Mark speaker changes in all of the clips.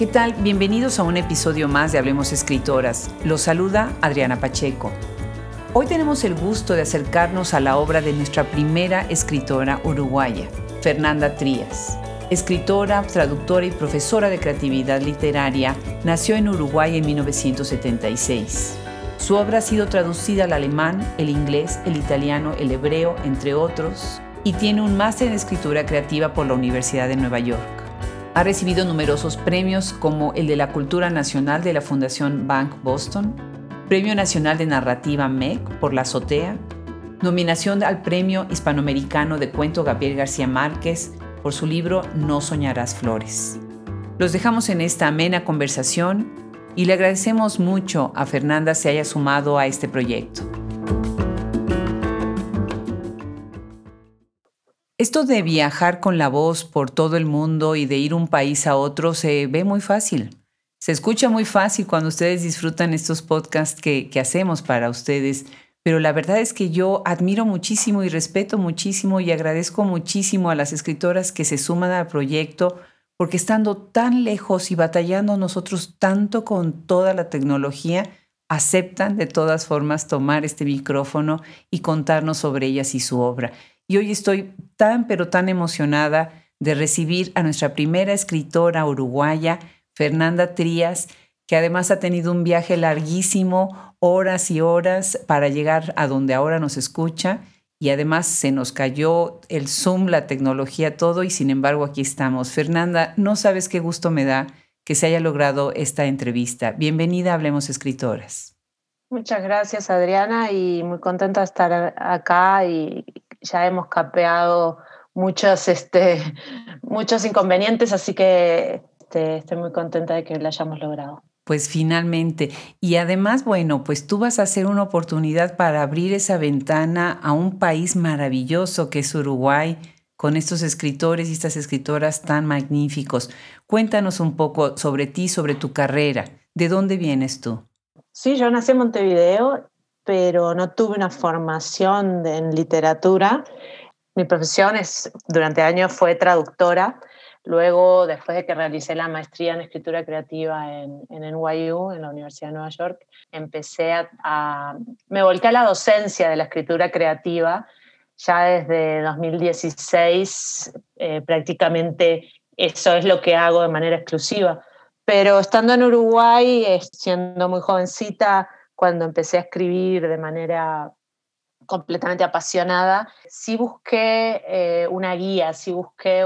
Speaker 1: ¿Qué tal? Bienvenidos a un episodio más de Hablemos Escritoras. Los saluda Adriana Pacheco. Hoy tenemos el gusto de acercarnos a la obra de nuestra primera escritora uruguaya, Fernanda Trías. Escritora, traductora y profesora de creatividad literaria, nació en Uruguay en 1976. Su obra ha sido traducida al alemán, el inglés, el italiano, el hebreo, entre otros, y tiene un máster en escritura creativa por la Universidad de Nueva York. Ha recibido numerosos premios como el de la Cultura Nacional de la Fundación Bank Boston, Premio Nacional de Narrativa MEC por La Azotea, nominación al Premio Hispanoamericano de Cuento Gabriel García Márquez por su libro No soñarás flores. Los dejamos en esta amena conversación y le agradecemos mucho a Fernanda se haya sumado a este proyecto. Esto de viajar con la voz por todo el mundo y de ir un país a otro se ve muy fácil. Se escucha muy fácil cuando ustedes disfrutan estos podcasts que hacemos para ustedes, pero la verdad es que yo admiro muchísimo y respeto muchísimo y agradezco muchísimo a las escritoras que se suman al proyecto, porque estando tan lejos y batallando nosotros tanto con toda la tecnología, aceptan de todas formas tomar este micrófono y contarnos sobre ellas y su obra. Y hoy estoy pero tan emocionada de recibir a nuestra primera escritora uruguaya, Fernanda Trías, que además ha tenido un viaje larguísimo, horas y horas, para llegar a donde ahora nos escucha. Y además se nos cayó el Zoom, la tecnología, todo, y sin embargo aquí estamos. Fernanda, no sabes qué gusto me da que se haya logrado esta entrevista. Bienvenida a Hablemos Escritoras.
Speaker 2: Muchas gracias, Adriana, y muy contenta de estar acá y ya hemos capeado muchos inconvenientes, así que estoy muy contenta de que lo hayamos logrado.
Speaker 1: Pues finalmente. Y además, bueno, pues tú vas a hacer una oportunidad para abrir esa ventana a un país maravilloso que es Uruguay, con estos escritores y estas escritoras tan magníficos. Cuéntanos un poco sobre ti, sobre tu carrera. ¿De dónde vienes tú?
Speaker 2: Sí, yo nací en Montevideo, pero no tuve una formación en literatura. Mi profesión durante años fue traductora. Luego, después de que realicé la maestría en escritura creativa en NYU, en la Universidad de Nueva York, me volqué a la docencia de la escritura creativa. Ya desde 2016, prácticamente eso es lo que hago de manera exclusiva. Pero estando en Uruguay, siendo muy jovencita, cuando empecé a escribir de manera completamente apasionada, sí busqué una guía, sí busqué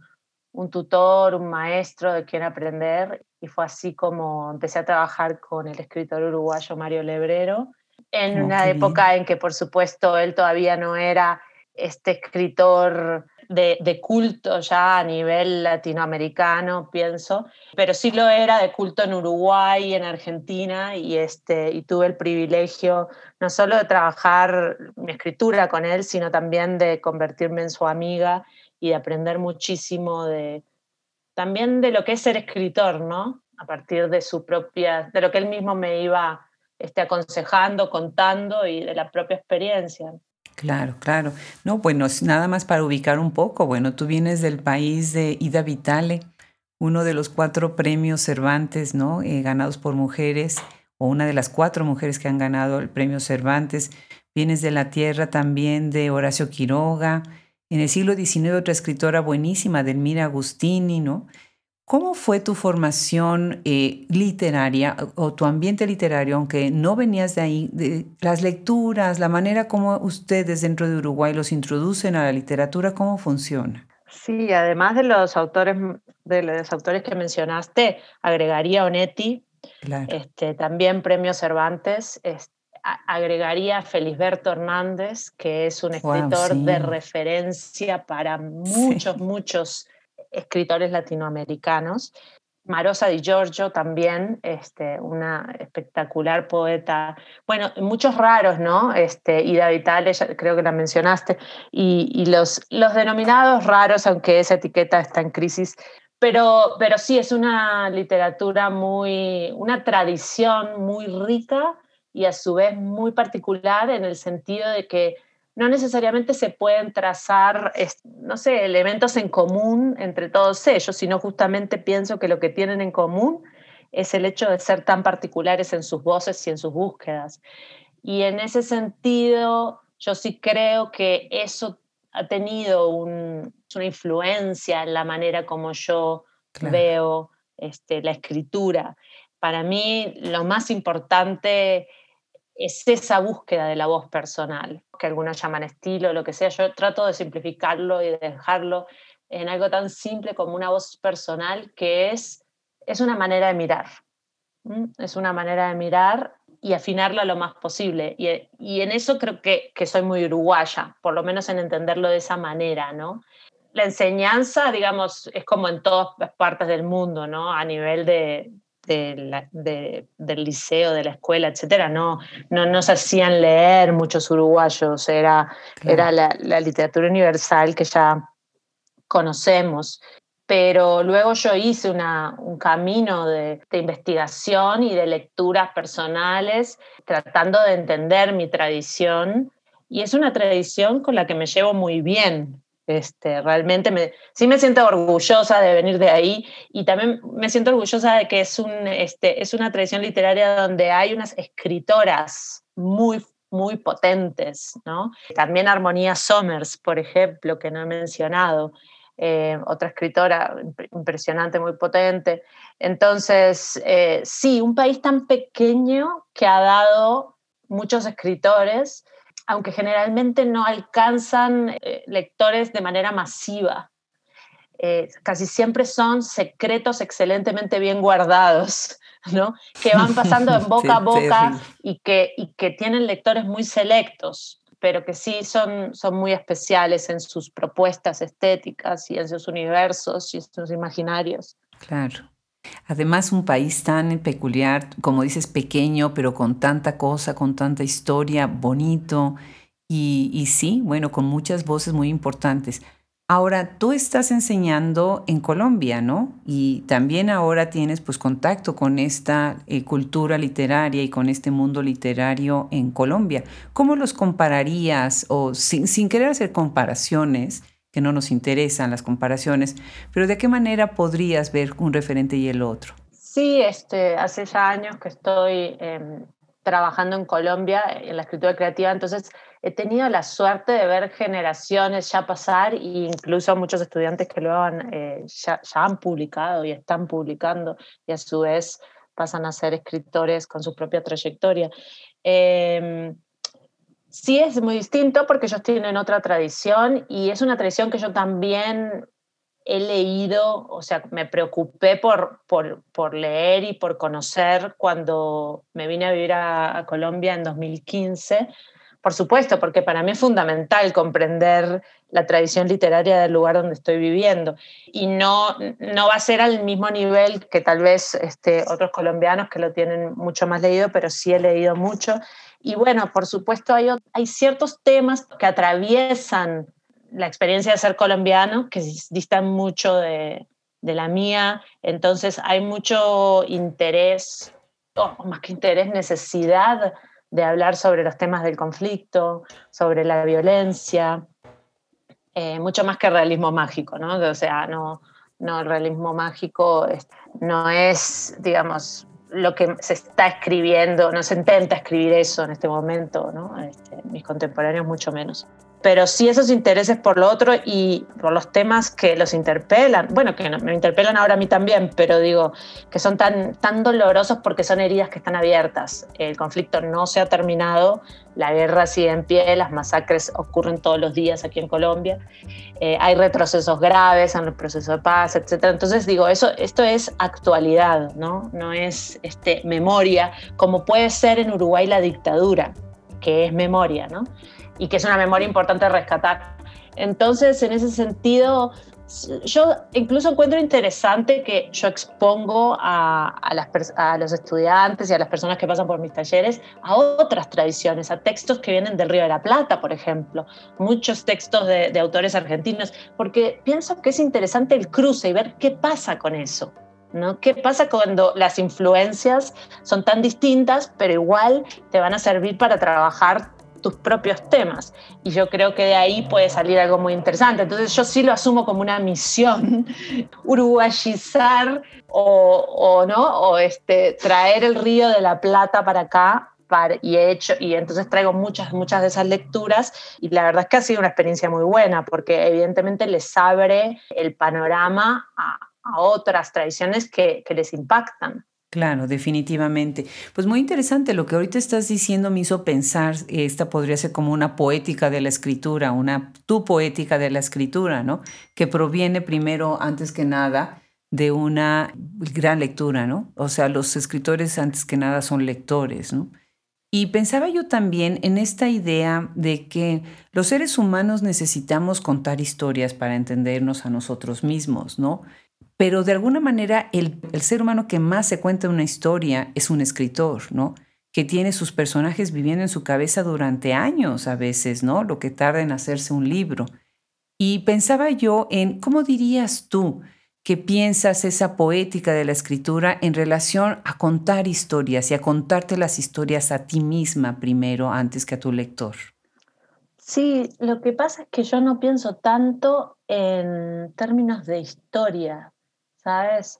Speaker 2: un tutor, un maestro de quien aprender, y fue así como empecé a trabajar con el escritor uruguayo Mario Lebrero, en una época en que, por supuesto, él todavía no era este escritor de culto ya a nivel latinoamericano, pienso, pero sí lo era de culto en Uruguay y en Argentina, y tuve el privilegio no solo de trabajar mi escritura con él, sino también de convertirme en su amiga y de aprender muchísimo también de lo que es ser escritor, ¿no? A partir de de lo que él mismo me iba aconsejando, contando, y de la propia experiencia.
Speaker 1: Claro, claro. No, bueno, nada más para ubicar un poco. Bueno, tú vienes del país de Ida Vitale, uno de los 4 premios Cervantes, ¿no? Ganados por mujeres, o una de las 4 mujeres que han ganado el premio Cervantes. Vienes de la tierra también de Horacio Quiroga. En el siglo XIX, otra escritora buenísima, Delmira Agustini, ¿no? ¿Cómo fue tu formación literaria o tu ambiente literario, aunque no venías de ahí, de las lecturas, la manera como ustedes dentro de Uruguay los introducen a la literatura, cómo funciona?
Speaker 2: Sí, además de los autores que mencionaste, agregaría Onetti,
Speaker 1: Claro.
Speaker 2: también Premio Cervantes, agregaría Felisberto Hernández, que es un
Speaker 1: Wow,
Speaker 2: escritor de
Speaker 1: sí,
Speaker 2: referencia para muchos,
Speaker 1: sí.
Speaker 2: muchos escritores latinoamericanos. Marosa Di Giorgio también, una espectacular poeta. Bueno, muchos raros, ¿no? Ida Vitale, creo que la mencionaste, y los denominados raros, aunque esa etiqueta está en crisis. Pero sí, es una literatura una tradición muy rica y a su vez muy particular, en el sentido de que no necesariamente se pueden trazar, no sé, elementos en común entre todos ellos, sino justamente pienso que lo que tienen en común es el hecho de ser tan particulares en sus voces y en sus búsquedas. Y en ese sentido, yo sí creo que eso ha tenido una influencia en la manera como yo
Speaker 1: Claro,
Speaker 2: veo la escritura. Para mí, lo más importante es esa búsqueda de la voz personal, que algunos llaman estilo, lo que sea. Yo trato de simplificarlo y de dejarlo en algo tan simple como una voz personal, que es una manera de mirar. Es una manera de mirar y afinarla lo más posible. Y en eso creo que soy muy uruguaya, por lo menos en entenderlo de esa manera, ¿no? La enseñanza, digamos, es como en todas partes del mundo, ¿no? A nivel del liceo, de la escuela, etcétera, no nos hacían leer muchos uruguayos, era
Speaker 1: claro.
Speaker 2: la literatura universal que ya conocemos. Pero luego yo hice un camino de investigación y de lecturas personales, tratando de entender mi tradición, y es una tradición con la que me llevo muy bien. Realmente sí me siento orgullosa de venir de ahí, y también me siento orgullosa de que es una tradición literaria donde hay unas escritoras muy potentes, ¿no? También Armonía Somers, por ejemplo, que no he mencionado, otra escritora impresionante, muy potente. Entonces, sí, un país tan pequeño que ha dado muchos escritores, aunque generalmente no alcanzan lectores de manera masiva. Casi siempre son secretos excelentemente bien guardados, ¿no? Que van pasando en boca a boca
Speaker 1: Terrible.
Speaker 2: y que tienen lectores muy selectos, pero que sí son muy especiales en sus propuestas estéticas y en sus universos y en sus imaginarios.
Speaker 1: Claro. Además, un país tan peculiar, como dices, pequeño, pero con tanta cosa, con tanta historia, bonito y sí, bueno, con muchas voces muy importantes. Ahora, tú estás enseñando en Colombia, ¿no? Y también ahora tienes pues contacto con esta cultura literaria y con este mundo literario en Colombia. ¿Cómo los compararías o sin querer hacer comparaciones, que no nos interesan las comparaciones, pero de qué manera podrías ver un referente y el otro?
Speaker 2: Sí, hace ya años que estoy trabajando en Colombia en la escritura creativa, entonces he tenido la suerte de ver generaciones ya pasar e incluso muchos estudiantes que luego ya han publicado y están publicando y a su vez pasan a ser escritores con su propia trayectoria. Eh, sí es muy distinto porque ellos tienen otra tradición y es una tradición que yo también he leído, o sea, me preocupé por leer y por conocer cuando me vine a vivir a Colombia en 2015. Por supuesto, porque para mí es fundamental comprender la tradición literaria del lugar donde estoy viviendo. Y no va a ser al mismo nivel que tal vez otros colombianos que lo tienen mucho más leído, pero sí he leído mucho. Y bueno, por supuesto, hay ciertos temas que atraviesan la experiencia de ser colombiano, que distan mucho de la mía, entonces hay mucho interés, o más que interés, necesidad de hablar sobre los temas del conflicto, sobre la violencia, mucho más que realismo mágico, ¿no? O sea, no el realismo mágico no es, digamos, lo que se está escribiendo, no se intenta escribir eso en este momento, ¿no? Mis contemporáneos mucho menos. Pero sí esos intereses por lo otro y por los temas que los interpelan, bueno, que me interpelan ahora a mí también, pero digo, que son tan dolorosos porque son heridas que están abiertas. El conflicto no se ha terminado, la guerra sigue en pie, las masacres ocurren todos los días aquí en Colombia, hay retrocesos graves en el proceso de paz, etc. Entonces digo, esto es actualidad, ¿no? No es memoria, como puede ser en Uruguay la dictadura, que es memoria, ¿no? Y que es una memoria importante de rescatar. Entonces, en ese sentido, yo incluso encuentro interesante que yo expongo a los estudiantes y a las personas que pasan por mis talleres a otras tradiciones, a textos que vienen del Río de la Plata, por ejemplo, muchos textos de autores argentinos, porque pienso que es interesante el cruce y ver qué pasa con eso, ¿no? ¿Qué pasa cuando las influencias son tan distintas, pero igual te van a servir para trabajar tus propios temas. Y yo creo que de ahí puede salir algo muy interesante. Entonces yo sí lo asumo como una misión, uruguayizar traer el Río de la Plata para acá. Y entonces traigo muchas de esas lecturas y la verdad es que ha sido una experiencia muy buena porque evidentemente les abre el panorama a otras tradiciones que les impactan.
Speaker 1: Claro, definitivamente. Pues muy interesante lo que ahorita estás diciendo me hizo pensar, esta podría ser como una poética de la escritura, tu poética de la escritura, ¿no? Que proviene primero, antes que nada, de una gran lectura, ¿no? O sea, los escritores antes que nada son lectores, ¿no? Y pensaba yo también en esta idea de que los seres humanos necesitamos contar historias para entendernos a nosotros mismos, ¿no? Pero de alguna manera el ser humano que más se cuenta una historia es un escritor, ¿no? Que tiene sus personajes viviendo en su cabeza durante años a veces, ¿no? Lo que tarda en hacerse un libro. Y pensaba yo en, ¿cómo dirías tú que piensas esa poética de la escritura en relación a contar historias y a contarte las historias a ti misma primero antes que a tu lector?
Speaker 2: Sí, lo que pasa es que yo no pienso tanto en términos de historia, ¿sabes?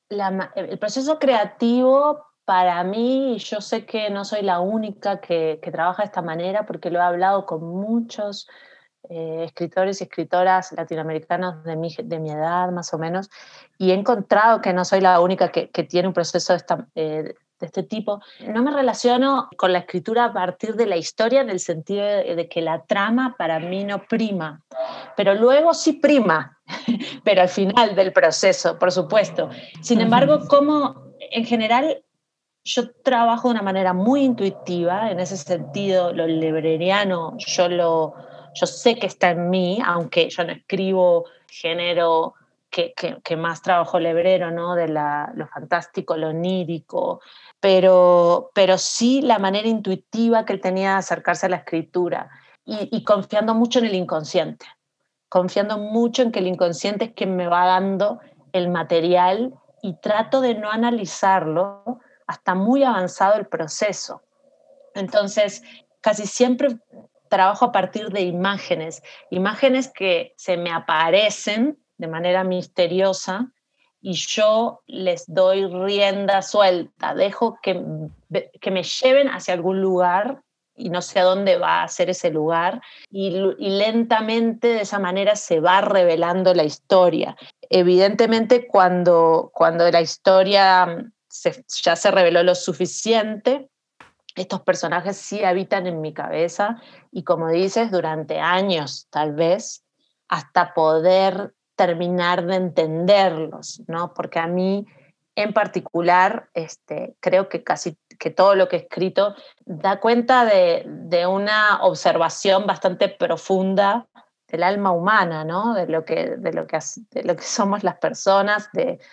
Speaker 2: El proceso creativo para mí, yo sé que no soy la única que trabaja de esta manera porque lo he hablado con muchos escritores y escritoras latinoamericanos de mi edad más o menos y he encontrado que no soy la única que tiene un proceso de este tipo. No me relaciono con la escritura a partir de la historia en el sentido de que la trama para mí no prima, pero luego sí prima, pero al final del proceso, por supuesto. Sin embargo, como en general yo trabajo de una manera muy intuitiva, en ese sentido, lo libreriano yo sé que está en mí, aunque yo no escribo género que más trabajo librero, ¿no? De lo fantástico, lo onírico, pero sí la manera intuitiva que él tenía de acercarse a la escritura y confiando mucho en el inconsciente, confiando mucho en que el inconsciente es quien me va dando el material y trato de no analizarlo hasta muy avanzado el proceso. Entonces, casi siempre trabajo a partir de imágenes que se me aparecen de manera misteriosa y yo les doy rienda suelta, dejo que me lleven hacia algún lugar y no sé a dónde va a ser ese lugar y lentamente de esa manera se va revelando la historia. Evidentemente cuando la historia ya se reveló lo suficiente, estos personajes sí habitan en mi cabeza y como dices, durante años tal vez, hasta poder terminar de entenderlos, ¿no? Porque a mí en particular creo que casi que todo lo que he escrito da cuenta de una observación bastante profunda del alma humana, ¿no? De lo que somos las personas,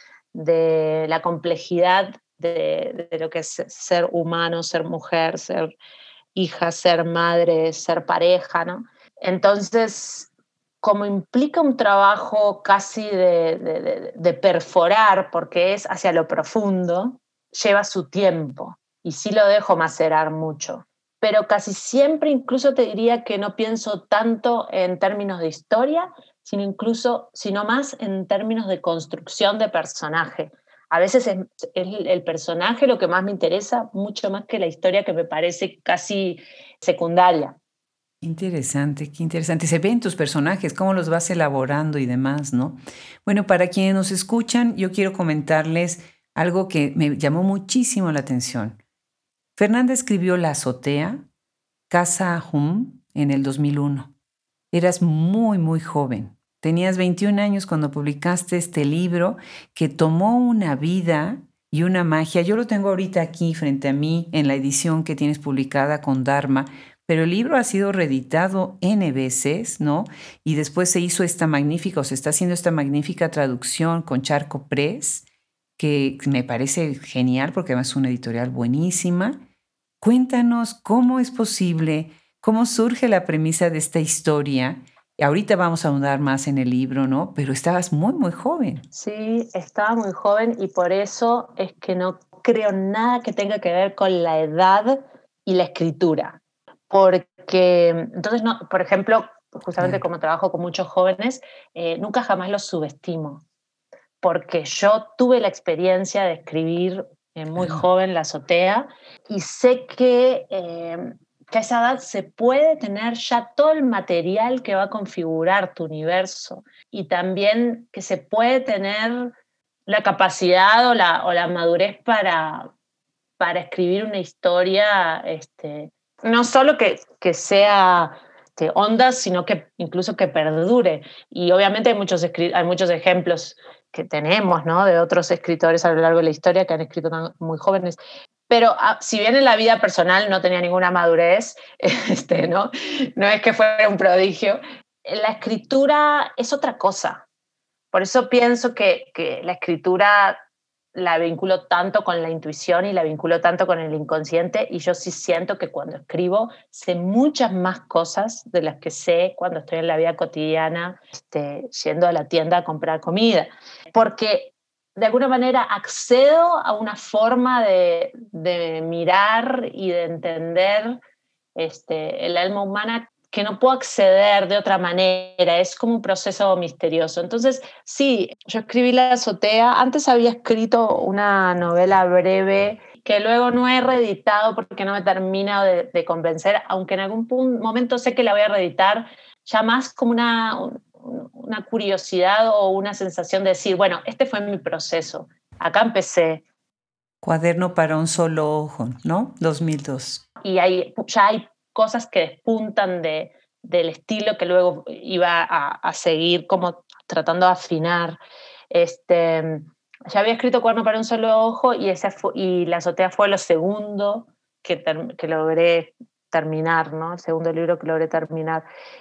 Speaker 2: de la complejidad de lo que es ser humano, ser mujer, ser hija, ser madre, ser pareja, ¿no? Entonces, como implica un trabajo casi de perforar, porque es hacia lo profundo, lleva su tiempo y sí lo dejo macerar mucho. Pero casi siempre incluso te diría que no pienso tanto en términos de historia, sino más en términos de construcción de personaje. A veces es el personaje lo que más me interesa, mucho más que la historia que me parece casi secundaria.
Speaker 1: Interesante, qué interesante. Se ven tus personajes, cómo los vas elaborando y demás, ¿no? Bueno, para quienes nos escuchan, yo quiero comentarles algo que me llamó muchísimo la atención. Fernanda escribió La azotea, Casa Hum, en el 2001. Eras muy, muy joven. Tenías 21 años cuando publicaste este libro que tomó una vida y una magia. Yo lo tengo ahorita aquí frente a mí en la edición que tienes publicada con Dharma, pero el libro ha sido reeditado N veces, ¿no? Y después se hizo esta magnífica, o se está haciendo esta magnífica traducción con Charco Press, que me parece genial porque además es una editorial buenísima. Cuéntanos cómo es posible, cómo surge la premisa de esta historia. Ahorita vamos a ahondar más en el libro, ¿no? Pero estabas muy, muy joven.
Speaker 2: Sí, estaba muy joven y por eso es que no creo nada que tenga que ver con la edad y la escritura. Porque porque entonces, no, por ejemplo, justamente como trabajo con muchos jóvenes, nunca jamás los subestimo, porque yo tuve la experiencia de escribir muy joven La azotea y sé que a esa edad se puede tener ya todo el material que va a configurar tu universo y también que se puede tener la capacidad o la madurez para escribir una historia, no solo que sea honda, sino que incluso que perdure. Y obviamente hay muchos ejemplos que tenemos, ¿no? De otros escritores a lo largo de la historia que han escrito muy jóvenes. Pero si bien en la vida personal no tenía ninguna madurez, ¿no? No es que fuera un prodigio, la escritura es otra cosa. Por eso pienso que la escritura la vinculo tanto con la intuición y la vinculo tanto con el inconsciente, y yo sí siento que cuando escribo sé muchas más cosas de las que sé cuando estoy en la vida cotidiana, yendo a la tienda a comprar comida, porque de alguna manera accedo a una forma de mirar y de entender el alma humana que no puedo acceder de otra manera, es como un proceso misterioso. Entonces, sí, yo escribí La azotea, antes había escrito una novela breve que luego no he reeditado porque no me termina de convencer, aunque en algún momento sé que la voy a reeditar, ya más como una curiosidad o una sensación de decir, bueno, este fue mi proceso, acá empecé.
Speaker 1: Cuaderno para un solo ojo, ¿no? 2002.
Speaker 2: Y ya hay cosas que despuntan del estilo que luego iba a seguir como tratando de afinar. Ya había escrito Cuerno para un solo ojo y La azotea fue lo segundo que logré terminar, ¿no? El segundo libro que logré terminar.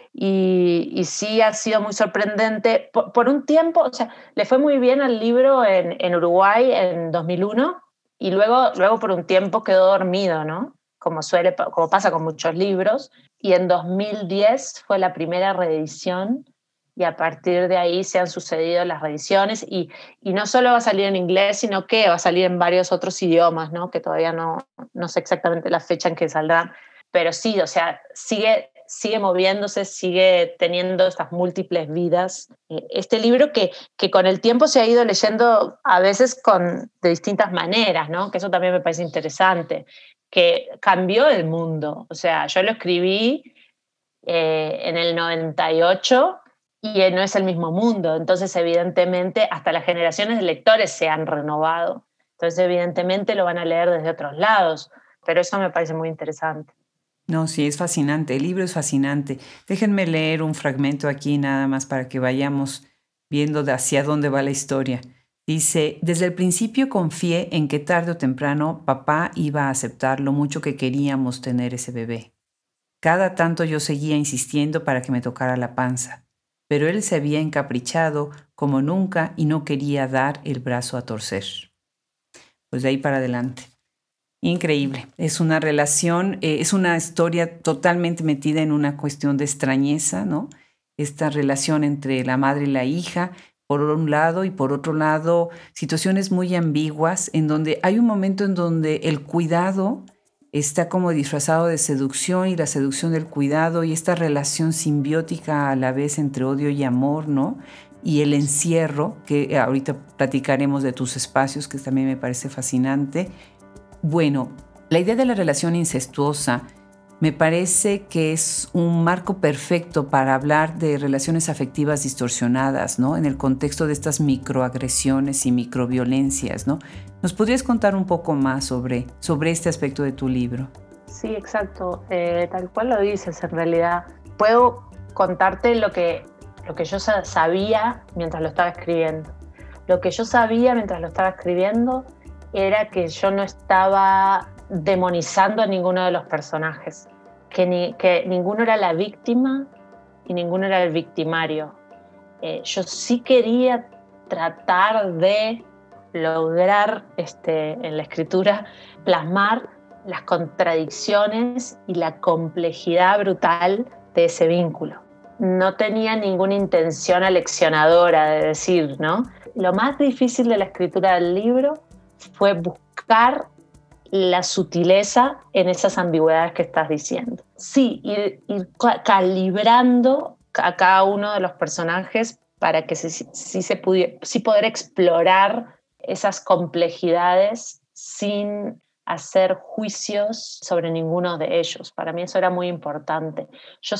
Speaker 2: Y sí ha sido muy sorprendente. Por un tiempo, o sea, le fue muy bien al libro en Uruguay en 2001 y luego por un tiempo quedó dormido, ¿no? Como pasa con muchos libros, y en 2010 fue la primera reedición y a partir de ahí se han sucedido las reediciones y no solo va a salir en inglés, sino que va a salir en varios otros idiomas, ¿no? Que todavía no sé exactamente la fecha en que saldrán, pero sí, o sea, sigue moviéndose, sigue teniendo estas múltiples vidas. Este libro que con el tiempo se ha ido leyendo a veces de distintas maneras, ¿no? Que eso también me parece interesante, que cambió el mundo. O sea, yo lo escribí en el 98 y no es el mismo mundo. Entonces, evidentemente, hasta las generaciones de lectores se han renovado. Entonces, evidentemente, lo van a leer desde otros lados. Pero eso me parece muy interesante.
Speaker 1: No, sí, es fascinante. El libro es fascinante. Déjenme leer un fragmento aquí nada más para que vayamos viendo hacia dónde va la historia. Dice, desde el principio confié en que tarde o temprano papá iba a aceptar lo mucho que queríamos tener ese bebé. Cada tanto yo seguía insistiendo para que me tocara la panza, pero él se había encaprichado como nunca y no quería dar el brazo a torcer. Pues de ahí para adelante. Increíble. Es una relación, es una historia totalmente metida en una cuestión de extrañeza, ¿no? Esta relación entre la madre y la hija, por un lado, y por otro lado, situaciones muy ambiguas, en donde hay un momento en donde el cuidado está como disfrazado de seducción y la seducción del cuidado y esta relación simbiótica a la vez entre odio y amor, ¿no? Y el encierro, que ahorita platicaremos de tus espacios, que también me parece fascinante. Bueno, la idea de la relación incestuosa me parece que es un marco perfecto para hablar de relaciones afectivas distorsionadas, ¿no? En el contexto de estas microagresiones y microviolencias, ¿no? ¿Nos podrías contar un poco más sobre este aspecto de tu libro?
Speaker 2: Sí, exacto. Tal cual lo dices, en realidad. Puedo contarte lo que yo sabía mientras lo estaba escribiendo. Lo que yo sabía mientras lo estaba escribiendo era que yo no estaba demonizando a ninguno de los personajes, que ninguno era la víctima y ninguno era el victimario. Yo sí quería tratar de lograr en la escritura plasmar las contradicciones y la complejidad brutal de ese vínculo. No tenía ninguna intención aleccionadora de decir, ¿no? Lo más difícil de la escritura del libro fue buscar la sutileza en esas ambigüedades que estás diciendo. Sí, ir calibrando a cada uno de los personajes para que sí poder explorar esas complejidades sin hacer juicios sobre ninguno de ellos. Para mí eso era muy importante.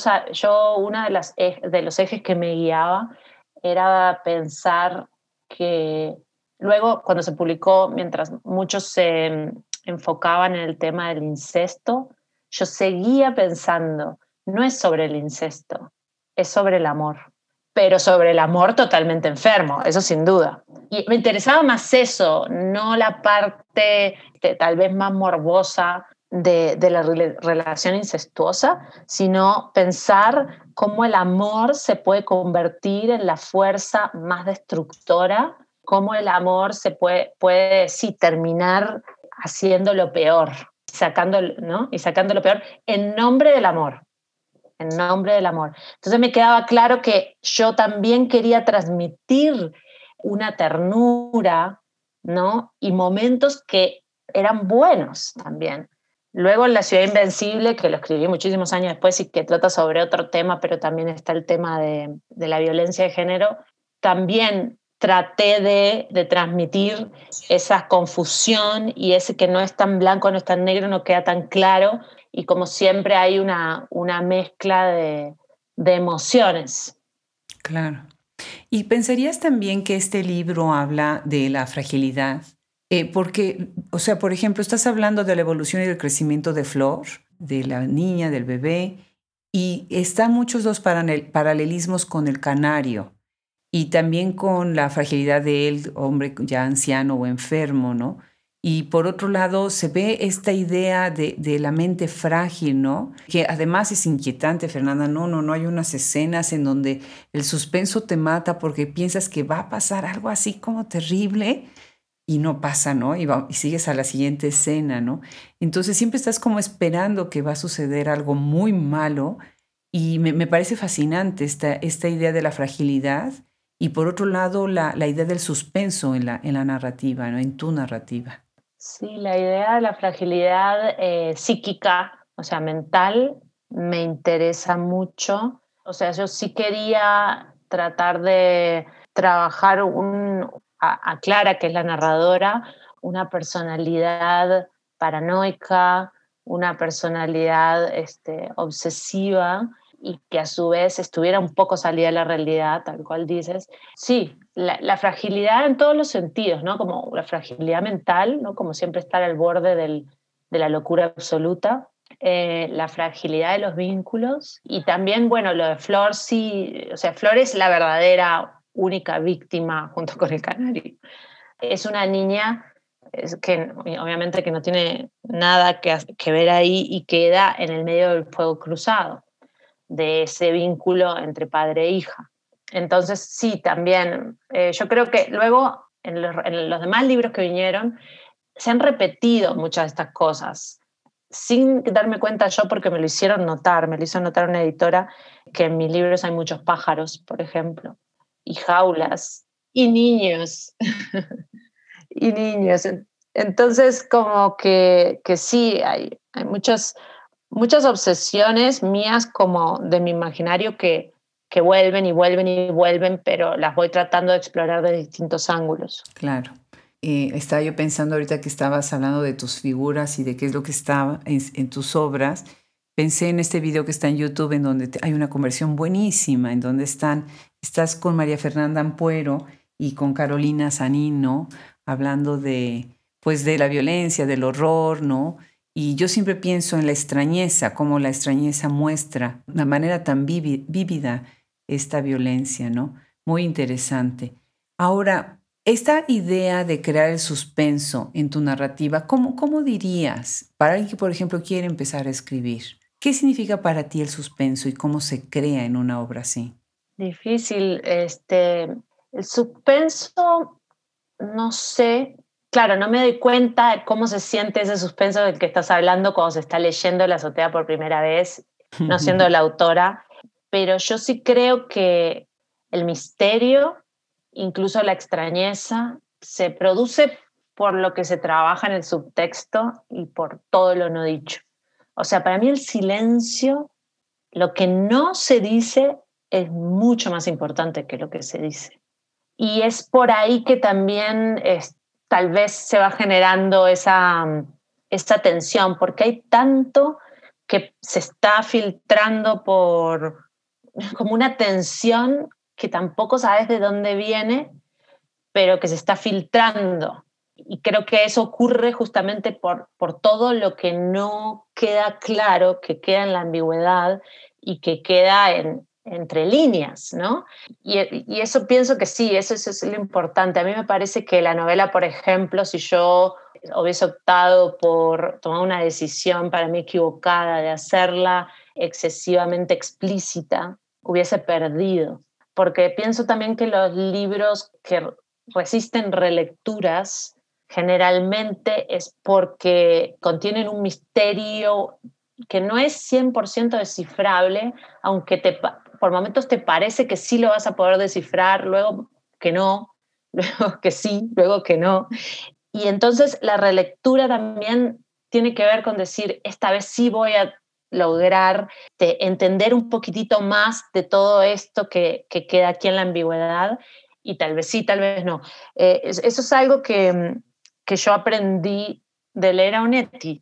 Speaker 2: Uno de los ejes que me guiaba era pensar que luego, cuando se publicó, mientras muchos se enfocaban en el tema del incesto, yo seguía pensando, no es sobre el incesto, es sobre el amor, pero sobre el amor totalmente enfermo, eso sin duda. Y me interesaba más eso, no la parte tal vez más morbosa de la relación incestuosa, sino pensar cómo el amor se puede convertir en la fuerza más destructora, cómo el amor se puede sí, terminar haciendo lo peor, ¿no? Y sacando lo peor en nombre del amor. En nombre del amor. Entonces me quedaba claro que yo también quería transmitir una ternura, ¿no? Y momentos que eran buenos también. Luego en La ciudad invencible, que lo escribí muchísimos años después y que trata sobre otro tema, pero también está el tema de la violencia de género, también traté de transmitir esa confusión y ese que no es tan blanco, no es tan negro, no queda tan claro, y como siempre hay una mezcla de emociones.
Speaker 1: Claro. ¿Y pensarías también que este libro habla de la fragilidad? Porque, o sea, por ejemplo, estás hablando de la evolución y del crecimiento de Flor, de la niña, del bebé, y están muchos los paralelismos con el canario y también con la fragilidad de él, hombre ya anciano o enfermo, ¿no? Y por otro lado, se ve esta idea de la mente frágil, ¿no? Que además es inquietante, Fernanda. No hay unas escenas en donde el suspenso te mata porque piensas que va a pasar algo así como terrible y no pasa, ¿no? Y sigues a la siguiente escena, ¿no? Entonces siempre estás como esperando que va a suceder algo muy malo y me parece fascinante esta idea de la fragilidad y por otro lado la idea del suspenso en la narrativa, ¿no? En tu narrativa.
Speaker 2: Sí, la idea de la fragilidad psíquica, o sea, mental, me interesa mucho. O sea, yo sí quería tratar de trabajar a Clara, que es la narradora, una personalidad paranoica, una personalidad obsesiva y que a su vez estuviera un poco salida de la realidad, tal cual dices. Sí, la fragilidad en todos los sentidos, ¿no? Como la fragilidad mental, ¿no? Como siempre estar al borde de la locura absoluta, la fragilidad de los vínculos y también, bueno, lo de Flor, sí, o sea, Flor es la verdadera única víctima junto con el canario. Es una niña que obviamente que no tiene nada que ver ahí y queda en el medio del fuego cruzado, de ese vínculo entre padre e hija. Entonces, sí, también, yo creo que luego en los demás libros que vinieron se han repetido muchas de estas cosas, sin darme cuenta yo porque me lo hicieron notar, me lo hizo notar una editora, que en mis libros hay muchos pájaros, por ejemplo, y jaulas, y niños, y niños. Entonces, como que sí, hay muchas obsesiones mías como de mi imaginario que vuelven y vuelven y vuelven, pero las voy tratando de explorar de distintos ángulos.
Speaker 1: Claro. Estaba yo pensando ahorita que estabas hablando de tus figuras y de qué es lo que estaba en tus obras. Pensé en este video que está en YouTube en donde hay una conversión buenísima, en donde estás con María Fernanda Ampuero y con Carolina Sanín, ¿no? Hablando pues de la violencia, del horror, ¿no? Y yo siempre pienso en la extrañeza, cómo la extrañeza muestra de una manera tan vívida esta violencia, ¿no? Muy interesante. Ahora, esta idea de crear el suspenso en tu narrativa, ¿cómo dirías para alguien que, por ejemplo, quiere empezar a escribir? ¿Qué significa para ti el suspenso y cómo se crea en una obra así?
Speaker 2: Difícil, el suspenso, no sé, claro, no me doy cuenta de cómo se siente ese suspenso del que estás hablando cuando se está leyendo La azotea por primera vez, no siendo la autora, pero yo sí creo que el misterio, incluso la extrañeza, se produce por lo que se trabaja en el subtexto y por todo lo no dicho. O sea, para mí el silencio, lo que no se dice, es mucho más importante que lo que se dice. Y es por ahí que también tal vez se va generando esa tensión, porque hay tanto que se está filtrando como una tensión que tampoco sabes de dónde viene, pero que se está filtrando. Y creo que eso ocurre justamente por todo lo que no queda claro, que queda en la ambigüedad y que queda entre líneas, ¿no? Y eso pienso que sí, eso es lo importante. A mí me parece que la novela, por ejemplo, si yo hubiese optado por tomar una decisión para mí equivocada de hacerla excesivamente explícita, hubiese perdido. Porque pienso también que los libros que resisten relecturas generalmente es porque contienen un misterio que no es 100% descifrable, aunque por momentos te parece que sí lo vas a poder descifrar, luego que no, luego que sí, luego que no. Y entonces la relectura también tiene que ver con decir, esta vez sí voy a lograr entender un poquitito más de todo esto que queda aquí en la ambigüedad, y tal vez sí, tal vez no. Eso es algo que yo aprendí de leer a Onetti.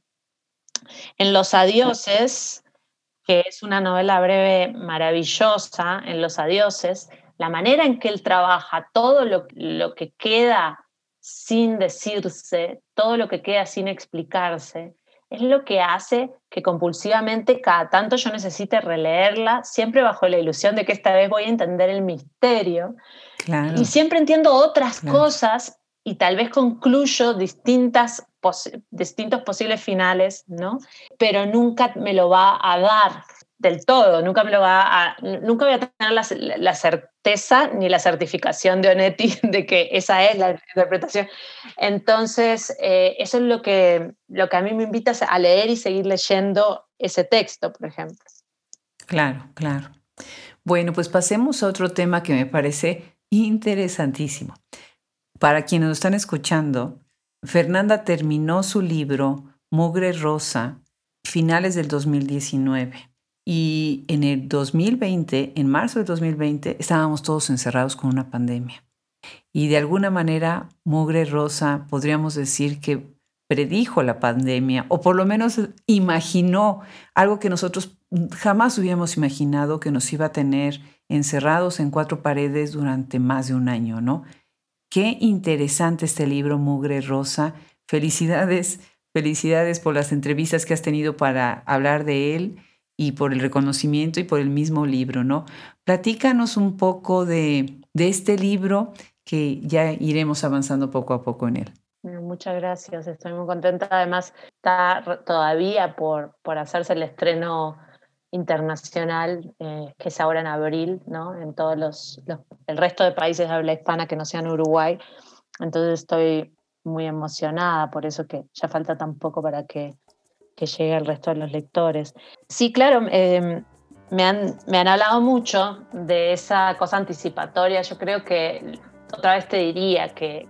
Speaker 2: En Los Adioses, que es una novela breve maravillosa, en Los Adioses, la manera en que él trabaja todo lo que queda sin decirse, todo lo que queda sin explicarse, es lo que hace que compulsivamente cada tanto yo necesite releerla, siempre bajo la ilusión de que esta vez voy a entender el misterio.
Speaker 1: Claro,
Speaker 2: Y siempre entiendo otras
Speaker 1: claro.
Speaker 2: cosas y tal vez concluyo distintos posibles finales, ¿no? Pero nunca me lo va a dar del todo, nunca voy a tener la certeza ni la certificación de Onetti de que esa es la interpretación. Entonces, eso es lo que a mí me invita a leer y seguir leyendo ese texto, por ejemplo.
Speaker 1: Claro, claro. Bueno, pues pasemos a otro tema que me parece interesantísimo. Para quienes nos están escuchando, Fernanda terminó su libro Mugre Rosa finales del 2019 y en el 2020, en marzo del 2020, estábamos todos encerrados con una pandemia. Y de alguna manera, Mugre Rosa podríamos decir que predijo la pandemia o por lo menos imaginó algo que nosotros jamás hubiéramos imaginado que nos iba a tener encerrados en 4 paredes durante más de un año, ¿no? Qué interesante este libro, Mugre Rosa. Felicidades, felicidades por las entrevistas que has tenido para hablar de él y por el reconocimiento y por el mismo libro, ¿no? Platícanos un poco de este libro que ya iremos avanzando poco a poco en él.
Speaker 2: Muchas gracias, estoy muy contenta. Además, está todavía por hacerse el estreno internacional, que es ahora en abril, ¿no? En todos el resto de países de habla hispana que no sean Uruguay. Entonces estoy muy emocionada, por eso que ya falta tan poco para que llegue al resto de los lectores. Sí, claro, me han hablado mucho de esa cosa anticipatoria. Yo creo que otra vez te diría que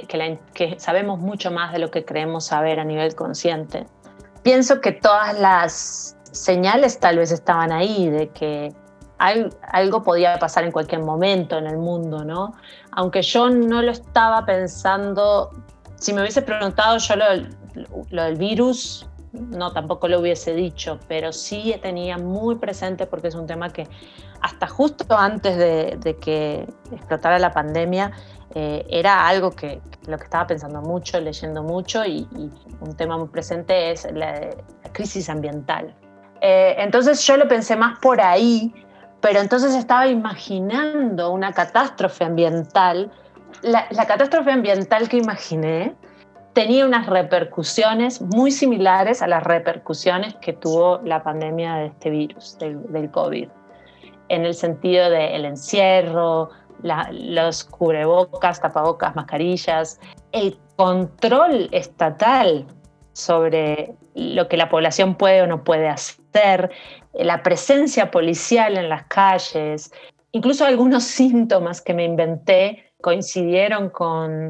Speaker 2: sabemos mucho más de lo que creemos saber a nivel consciente. Pienso que todas las señales tal vez estaban ahí, de que algo podía pasar en cualquier momento en el mundo, ¿no? Aunque yo no lo estaba pensando. Si me hubiese preguntado yo lo del virus, no, tampoco lo hubiese dicho, pero sí tenía muy presente, porque es un tema que hasta justo antes de que explotara la pandemia, era algo que lo que estaba pensando mucho, leyendo mucho, y un tema muy presente es la crisis ambiental. Entonces yo lo pensé más por ahí, pero entonces estaba imaginando una catástrofe ambiental. La catástrofe ambiental que imaginé tenía unas repercusiones muy similares a las repercusiones que tuvo la pandemia de este virus, del COVID, en el sentido del encierro, los cubrebocas, tapabocas, mascarillas, el control estatal sobre lo que la población puede o no puede hacer, la presencia policial en las calles, incluso algunos síntomas que me inventé coincidieron con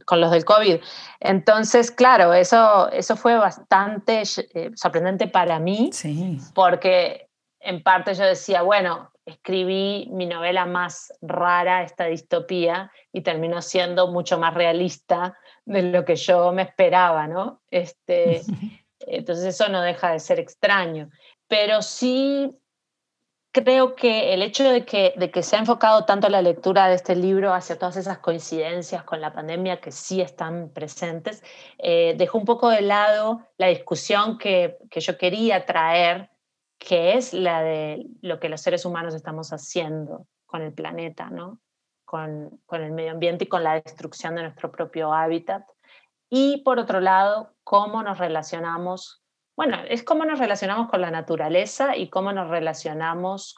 Speaker 2: con los del COVID. Entonces, claro, eso fue bastante sorprendente para mí,
Speaker 1: Sí.
Speaker 2: porque en parte yo decía, bueno, escribí mi novela más rara, esta distopía, y terminó siendo mucho más realista de lo que yo me esperaba, ¿no? Entonces eso no deja de ser extraño. Pero sí creo que el hecho de que se ha enfocado tanto la lectura de este libro hacia todas esas coincidencias con la pandemia que sí están presentes, dejó un poco de lado la discusión que yo quería traer, que es la de lo que los seres humanos estamos haciendo con el planeta, ¿no? Con el medio ambiente y con la destrucción de nuestro propio hábitat. Y por otro lado, cómo nos relacionamos, bueno, es cómo nos relacionamos con la naturaleza y cómo nos relacionamos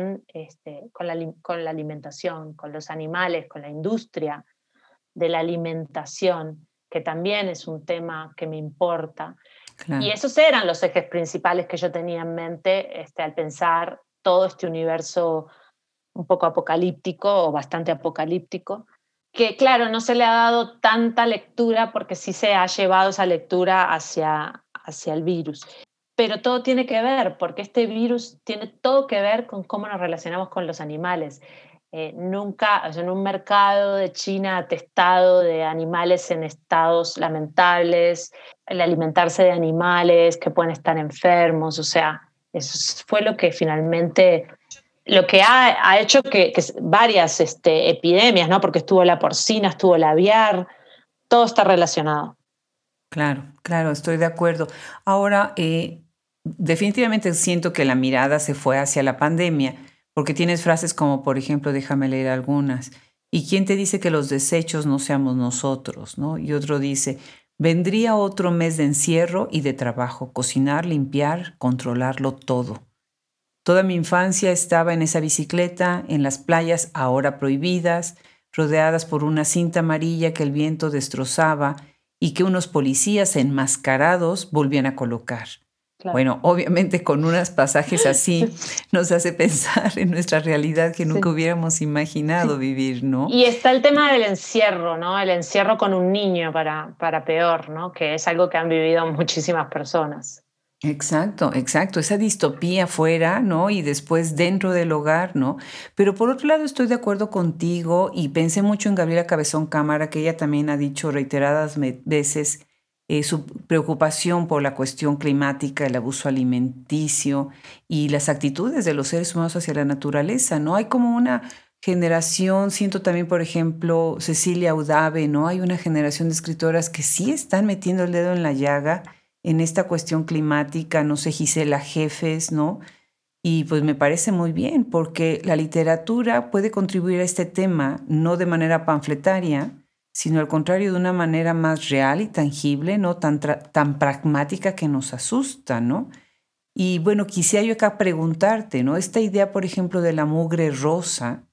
Speaker 2: con la alimentación, con los animales, con la industria de la alimentación, que también es un tema que me importa. Y
Speaker 1: Claro.
Speaker 2: esos eran los ejes principales que yo tenía en mente al pensar todo este universo un poco apocalíptico o bastante apocalíptico, que claro, no se le ha dado tanta lectura porque sí se ha llevado esa lectura hacia el virus. Pero todo tiene que ver, porque este virus tiene todo que ver con cómo nos relacionamos con los animales. Nunca, o sea, en un mercado de China atestado de animales en estados lamentables, el alimentarse de animales que pueden estar enfermos, o sea, eso fue lo que finalmente lo que ha hecho que varias epidemias, ¿no? Porque estuvo la porcina, estuvo la aviar, todo está relacionado.
Speaker 1: Claro, claro, estoy de acuerdo. Ahora, definitivamente siento que la mirada se fue hacia la pandemia, porque tienes frases como, por ejemplo, déjame leer algunas. ¿Y quién te dice que los desechos no seamos nosotros, no? Y otro dice, vendría otro mes de encierro y de trabajo, cocinar, limpiar, controlarlo todo. Toda mi infancia estaba en esa bicicleta, en las playas ahora prohibidas, rodeadas por una cinta amarilla que el viento destrozaba y que unos policías enmascarados volvían a colocar.
Speaker 2: Claro.
Speaker 1: Bueno, obviamente con unos pasajes así nos hace pensar en nuestra realidad que nunca
Speaker 2: Sí.
Speaker 1: hubiéramos imaginado vivir, ¿no?
Speaker 2: Y está el tema del encierro, ¿no? El encierro con un niño para peor, ¿no? Que es algo que han vivido muchísimas personas.
Speaker 1: Exacto, exacto, esa distopía fuera, ¿no? Y después dentro del hogar, ¿no? Pero por otro lado estoy de acuerdo contigo y pensé mucho en Gabriela Cabezón Cámara, que ella también ha dicho reiteradas veces su preocupación por la cuestión climática, el abuso alimenticio y las actitudes de los seres humanos hacia la naturaleza, ¿no? Hay como una generación, siento también, por ejemplo, Cecilia Udave, ¿no? Hay una generación de escritoras que sí están metiendo el dedo en la llaga en esta cuestión climática, no sé, Gisela Jefes, ¿no? Y pues me parece muy bien, porque la literatura puede contribuir a este tema, no de manera panfletaria, sino al contrario, de una manera más real y tangible, no tan pragmática que nos asusta, ¿no? Y bueno, quisiera yo acá preguntarte, ¿no? Esta idea, por ejemplo, de la mugre rosa,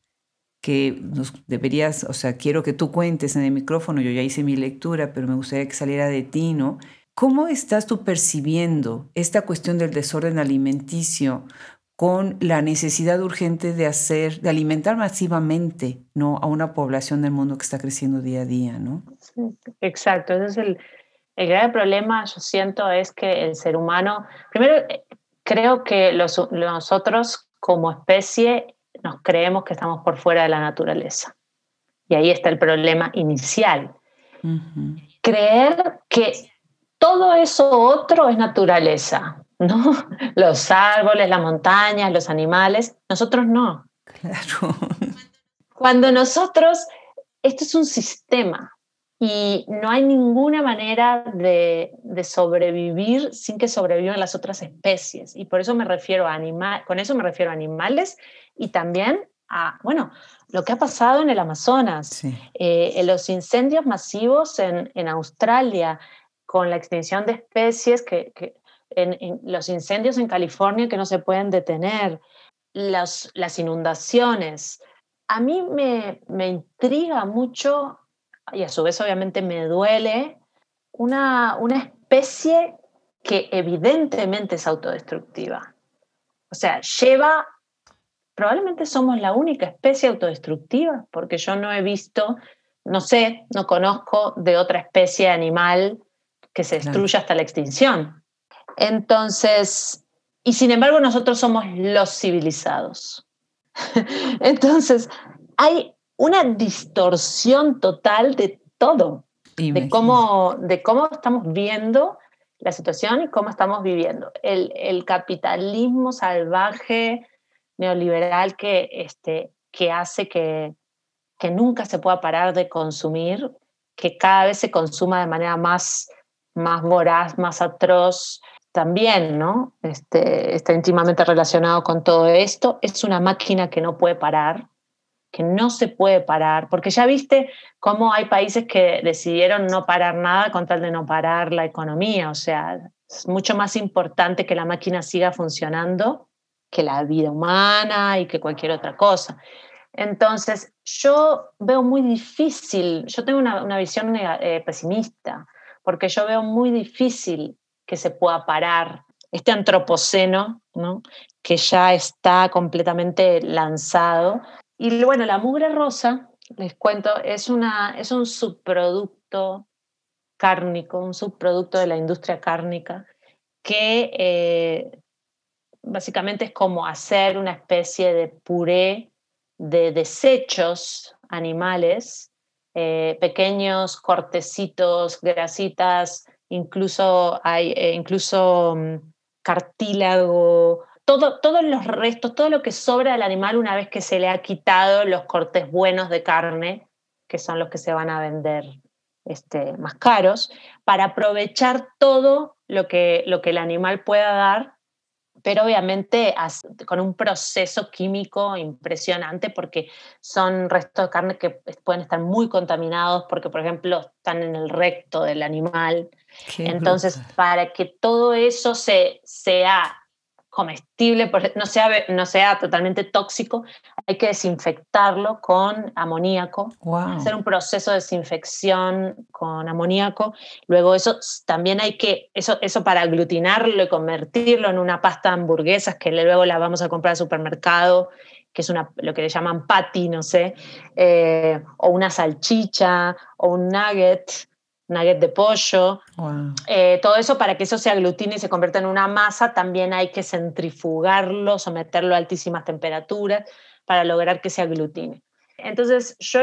Speaker 1: que nos deberías, o sea, quiero que tú cuentes en el micrófono, yo ya hice mi lectura, pero me gustaría que saliera de ti, ¿no? ¿Cómo estás tú percibiendo esta cuestión del desorden alimenticio con la necesidad urgente de alimentar masivamente, ¿no? A una población del mundo que está creciendo día a día, ¿no?
Speaker 2: Sí, exacto, ese es el grave problema, yo siento, es que el ser humano, primero, creo que nosotros como especie nos creemos que estamos por fuera de la naturaleza. Y ahí está el problema inicial.
Speaker 1: Ujú.
Speaker 2: Creer que todo eso otro es naturaleza, ¿no? Los árboles, las montañas, los animales, nosotros no.
Speaker 1: Claro.
Speaker 2: Cuando nosotros, esto es un sistema y no hay ninguna manera de sobrevivir sin que sobrevivan las otras especies. Y por eso me refiero a con eso me refiero a animales y también a, bueno, lo que ha pasado en el Amazonas,
Speaker 1: Sí.
Speaker 2: en los incendios masivos en Australia, con la extinción de especies, en los incendios en California que no se pueden detener, las inundaciones. A mí me intriga mucho y a su vez obviamente me duele una especie que evidentemente es autodestructiva. O sea, probablemente somos la única especie autodestructiva, porque yo no he visto no sé, no conozco de otra especie animal que se destruya hasta la extinción. Entonces, y sin embargo nosotros somos los civilizados. Entonces, hay una distorsión total de todo, de cómo estamos viendo la situación y cómo estamos viviendo. El capitalismo salvaje, neoliberal, que hace que nunca se pueda parar de consumir, que cada vez se consuma de manera más voraz, más atroz, también, ¿no? Está íntimamente relacionado con todo esto. Es una máquina que no puede parar, que no se puede parar, porque ya viste cómo hay países que decidieron no parar nada con tal de no parar la economía. O sea, es mucho más importante que la máquina siga funcionando que la vida humana y que cualquier otra cosa. Entonces, yo veo muy difícil, yo tengo una visión pesimista, porque yo veo muy difícil que se pueda parar este antropoceno, ¿no? Que ya está completamente lanzado. Y bueno, la mugre rosa, les cuento, es un subproducto cárnico, un subproducto de la industria cárnica que básicamente es como hacer una especie de puré de desechos animales, pequeños cortecitos, grasitas, incluso hay cartílago, todos los restos, todo lo que sobra del animal una vez que se le ha quitado los cortes buenos de carne, que son los que se van a vender más caros, para aprovechar todo lo que el animal pueda dar, pero obviamente con un proceso químico impresionante, porque son restos de carne que pueden estar muy contaminados porque, por ejemplo, están en el recto del animal.
Speaker 1: Qué
Speaker 2: Entonces,
Speaker 1: brutal.
Speaker 2: para que todo eso sea comestible, no sea totalmente tóxico, hay que desinfectarlo con amoníaco,
Speaker 1: Wow.
Speaker 2: hacer un proceso de desinfección con amoníaco. Luego eso también hay que, eso para aglutinarlo y convertirlo en una pasta de hamburguesas que luego la vamos a comprar al supermercado, que es lo que le llaman patty, no sé, o una salchicha, o un nugget de pollo.
Speaker 1: Wow.
Speaker 2: Todo eso, para que eso se aglutine y se convierta en una masa, también hay que centrifugarlo, someterlo a altísimas temperaturas para lograr que se aglutine. Entonces yo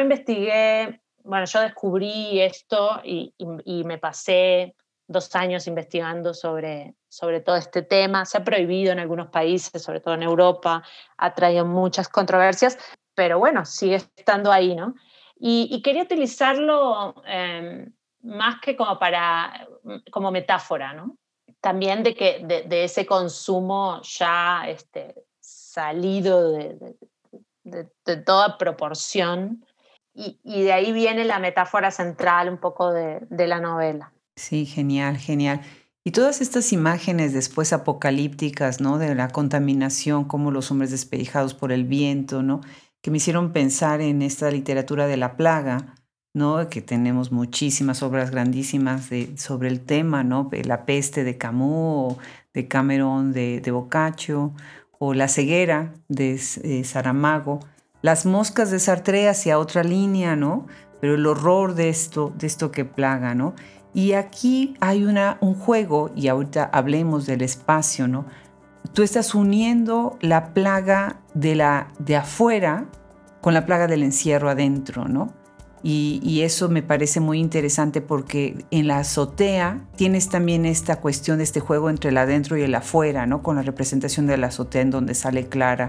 Speaker 2: yo descubrí esto y me pasé 2 años investigando sobre todo este tema. Se ha prohibido en algunos países, sobre todo en Europa, ha traído muchas controversias, pero bueno, sigue estando ahí, ¿no? Y quería utilizarlo más que como metáfora, ¿no? También de ese consumo ya salido de toda proporción, y de ahí viene la metáfora central un poco de la novela.
Speaker 1: Sí, genial, genial. Y todas estas imágenes después apocalípticas, ¿no? De la contaminación, como los hombres despellejados por el viento, ¿no? Que me hicieron pensar en esta literatura de la plaga, ¿no? Que tenemos muchísimas obras grandísimas sobre el tema, ¿no? De La peste de Camus, o de Cameron de Boccaccio, o La ceguera de Saramago, Las moscas de Sartre hacia otra línea, ¿no? Pero el horror de esto que plaga, ¿no? Y aquí hay un juego, y ahorita hablemos del espacio, ¿no? Tú estás uniendo la plaga de afuera con la plaga del encierro adentro, ¿no? Y eso me parece muy interesante porque en la azotea tienes también esta cuestión de este juego entre el adentro y el afuera, ¿no? Con la representación de la azotea en donde sale Clara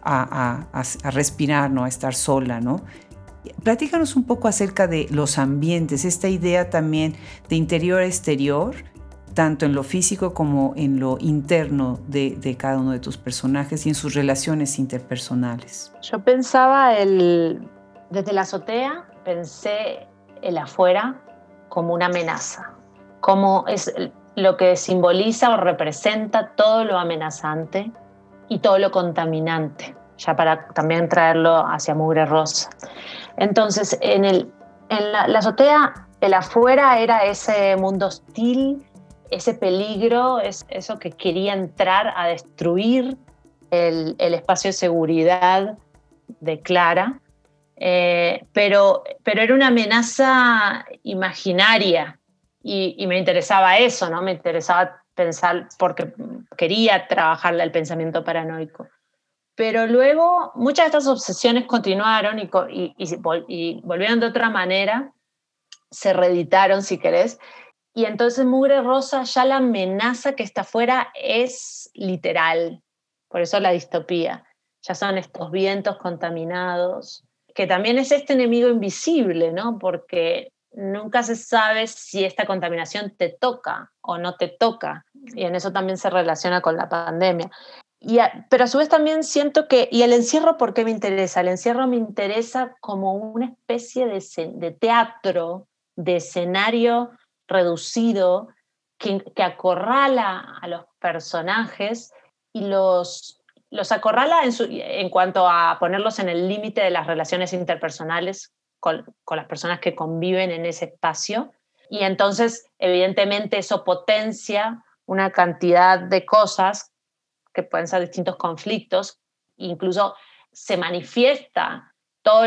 Speaker 1: a respirar, ¿no? A estar sola, ¿no? Platícanos un poco acerca de los ambientes, esta idea también de interior-exterior, tanto en lo físico como en lo interno de cada uno de tus personajes y en sus relaciones interpersonales.
Speaker 2: Yo pensaba desde la azotea, pensé el afuera como una amenaza, como es lo que simboliza o representa todo lo amenazante y todo lo contaminante, ya para también traerlo hacia Mugre Rosa. Entonces, en la azotea, el afuera era ese mundo hostil, ese peligro, eso que quería entrar a destruir el espacio de seguridad de Clara. pero era una amenaza imaginaria y me interesaba eso, ¿no? Me interesaba pensar porque quería trabajar el pensamiento paranoico. Pero luego muchas de estas obsesiones continuaron y volvieron de otra manera, se reeditaron, si querés, y entonces Mugre Rosa ya la amenaza que está afuera es literal, por eso la distopía. Ya son estos vientos contaminados, que también es este enemigo invisible, ¿no? Porque nunca se sabe si esta contaminación te toca o no te toca, y en eso también se relaciona con la pandemia. Pero a su vez también siento que, ¿y el encierro por qué me interesa? El encierro me interesa como una especie de teatro, de escenario reducido que acorrala a los personajes y los acorrala en cuanto a ponerlos en el límite de las relaciones interpersonales con las personas que conviven en ese espacio. Y entonces, evidentemente, eso potencia una cantidad de cosas que pueden ser distintos conflictos, incluso se manifiesta todo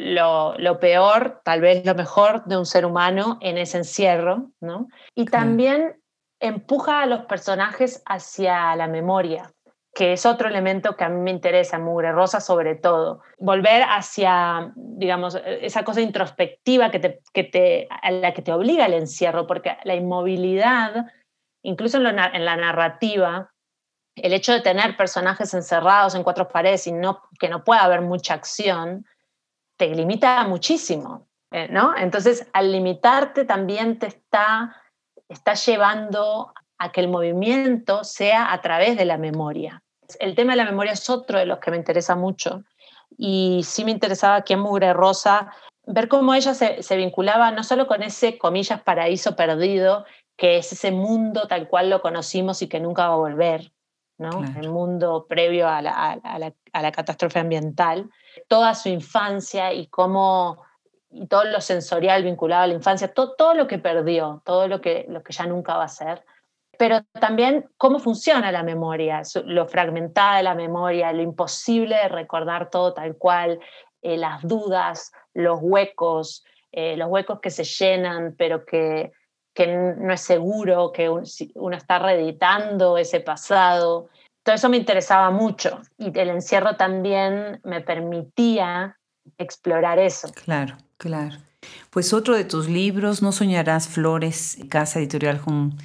Speaker 2: lo peor, tal vez lo mejor de un ser humano en ese encierro, ¿no? Y
Speaker 1: Claro.
Speaker 2: también empuja a los personajes hacia la memoria, que es otro elemento que a mí me interesa en Mugre Rosa sobre todo. Volver hacia, digamos, esa cosa introspectiva a la que te obliga el encierro, porque la inmovilidad, incluso en la narrativa, el hecho de tener personajes encerrados en cuatro paredes y que no pueda haber mucha acción, te limita muchísimo, ¿no? Entonces, al limitarte también está llevando a que el movimiento sea a través de la memoria. El tema de la memoria es otro de los que me interesa mucho y sí me interesaba aquí en Mugre Rosa ver cómo ella se vinculaba no solo con ese, comillas, paraíso perdido, que es ese mundo tal cual lo conocimos y que nunca va a volver, ¿no? El
Speaker 1: Claro.
Speaker 2: mundo previo a la catástrofe ambiental, toda su infancia y todo lo sensorial vinculado a la infancia, todo lo que perdió, todo lo que ya nunca va a ser. Pero también cómo funciona la memoria, lo fragmentada de la memoria, lo imposible de recordar todo tal cual, las dudas, los huecos que se llenan, pero que no es seguro, que uno está reeditando ese pasado. Todo eso me interesaba mucho y el encierro también me permitía explorar eso.
Speaker 1: Claro, claro. Pues otro de tus libros, No soñarás flores, Casa Editorial Jun,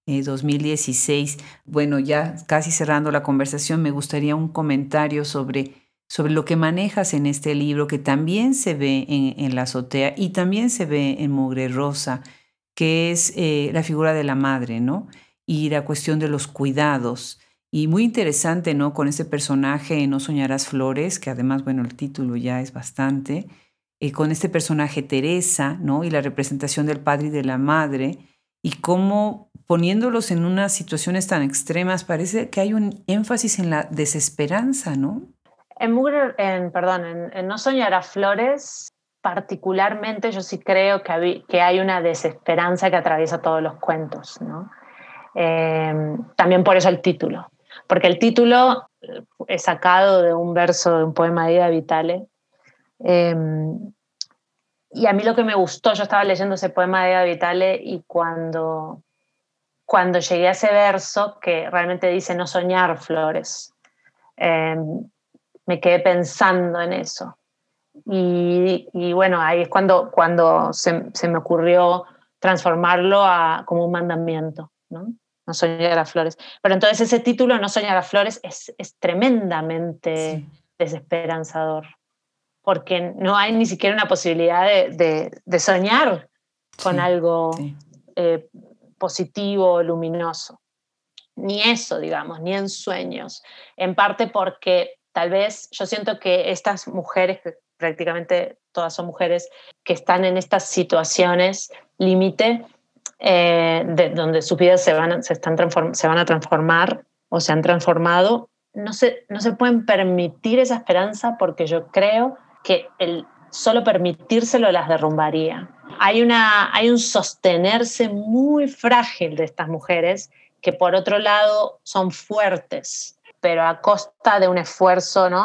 Speaker 1: 2016. Bueno, ya casi cerrando la conversación, me gustaría un comentario sobre lo que manejas en este libro, que también se ve en La azotea y también se ve en Mugre Rosa, que es la figura de la madre, ¿no? Y la cuestión de los cuidados. Y muy interesante, ¿no? Con este personaje, No soñarás flores, que además, bueno, el título ya es bastante con este personaje Teresa, ¿no? Y la representación del padre y de la madre, y cómo poniéndolos en unas situaciones tan extremas, parece que hay un énfasis en la desesperanza, ¿no?
Speaker 2: En No soñarás flores, particularmente yo sí creo que hay una desesperanza que atraviesa todos los cuentos, ¿no? También por eso el título, porque el título es sacado de un verso de un poema de Ida Vitale, eh, y a mí lo que me gustó, yo estaba leyendo ese poema de Ida Vitale y cuando llegué a ese verso que realmente dice no soñar flores, eh, me quedé pensando en eso. Y bueno, ahí es cuando se me ocurrió transformarlo como un mandamiento, ¿no? No soñar a flores. Pero entonces ese título, No soñar a flores, es tremendamente
Speaker 1: Sí,
Speaker 2: desesperanzador, porque no hay ni siquiera una posibilidad de soñar con
Speaker 1: sí,
Speaker 2: algo
Speaker 1: sí,
Speaker 2: eh, positivo, luminoso. Ni eso, digamos, ni en sueños. En parte porque tal vez yo siento que estas mujeres, que prácticamente todas son mujeres, que están en estas situaciones límite, donde sus vidas se van a transformar o se han transformado, no se pueden permitir esa esperanza porque yo creo que el solo permitírselo las derrumbaría. Hay un sostenerse muy frágil de estas mujeres que por otro lado son fuertes, pero a costa de un esfuerzo, ¿no?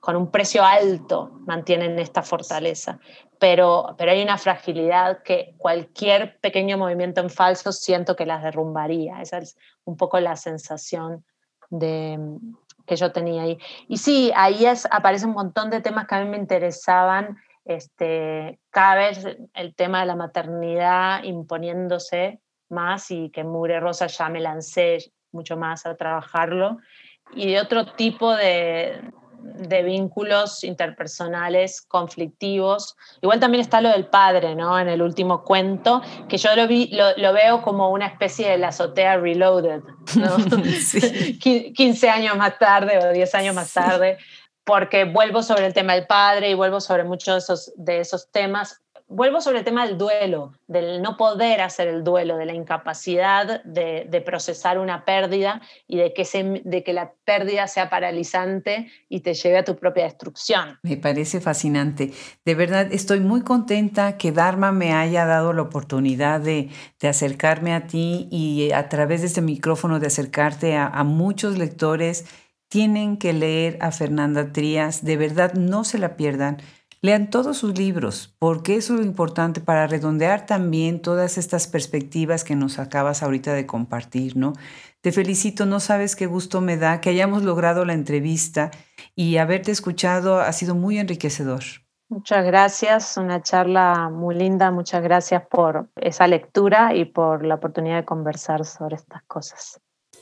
Speaker 2: con un precio alto mantienen esta fortaleza. Pero hay una fragilidad que cualquier pequeño movimiento en falso siento que las derrumbaría. Esa es un poco la sensación que yo tenía ahí. Y sí, ahí aparece un montón de temas que a mí me interesaban. Cada vez el tema de la maternidad imponiéndose más, y que en Mugre Rosa ya me lancé mucho más a trabajarlo, y de otro tipo de vínculos interpersonales conflictivos. Igual también está lo del padre, ¿no? En el último cuento, que yo lo veo como una especie de La azotea reloaded, ¿no?
Speaker 1: Sí.
Speaker 2: 15 años más tarde o 10 años más tarde, porque vuelvo sobre el tema del padre y vuelvo sobre muchos de esos temas. Vuelvo sobre el tema del duelo, del no poder hacer el duelo, de la incapacidad de procesar una pérdida y de que la pérdida sea paralizante y te lleve a tu propia destrucción.
Speaker 1: Me parece fascinante. De verdad, estoy muy contenta que Dharma me haya dado la oportunidad de acercarme a ti y a través de este micrófono de acercarte a muchos lectores. Tienen que leer a Fernanda Trías. De verdad, no se la pierdan. Lean todos sus libros, porque eso es lo importante para redondear también todas estas perspectivas que nos acabas ahorita de compartir, ¿no? Te felicito, no sabes qué gusto me da que hayamos logrado la entrevista y haberte escuchado ha sido muy enriquecedor.
Speaker 2: Muchas gracias, una charla muy linda, muchas gracias por esa lectura y por la oportunidad de conversar sobre estas cosas.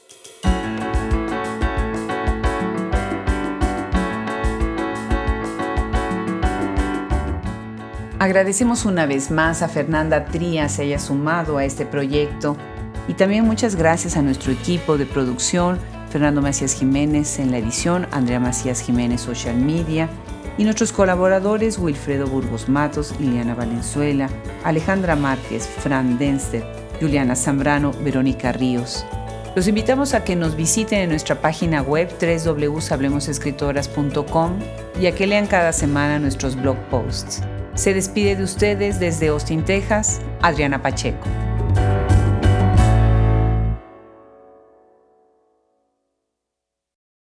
Speaker 1: Agradecemos una vez más a Fernanda Trías se haya sumado a este proyecto y también muchas gracias a nuestro equipo de producción, Fernando Macías Jiménez en la edición, Andrea Macías Jiménez Social Media y nuestros colaboradores Wilfredo Burgos Matos, Ileana Valenzuela, Alejandra Márquez, Fran Denster, Juliana Zambrano, Verónica Ríos. Los invitamos a que nos visiten en nuestra página web www.hablemosescritoras.com y a que lean cada semana nuestros blog posts. Se despide de ustedes desde Austin, Texas, Adriana Pacheco.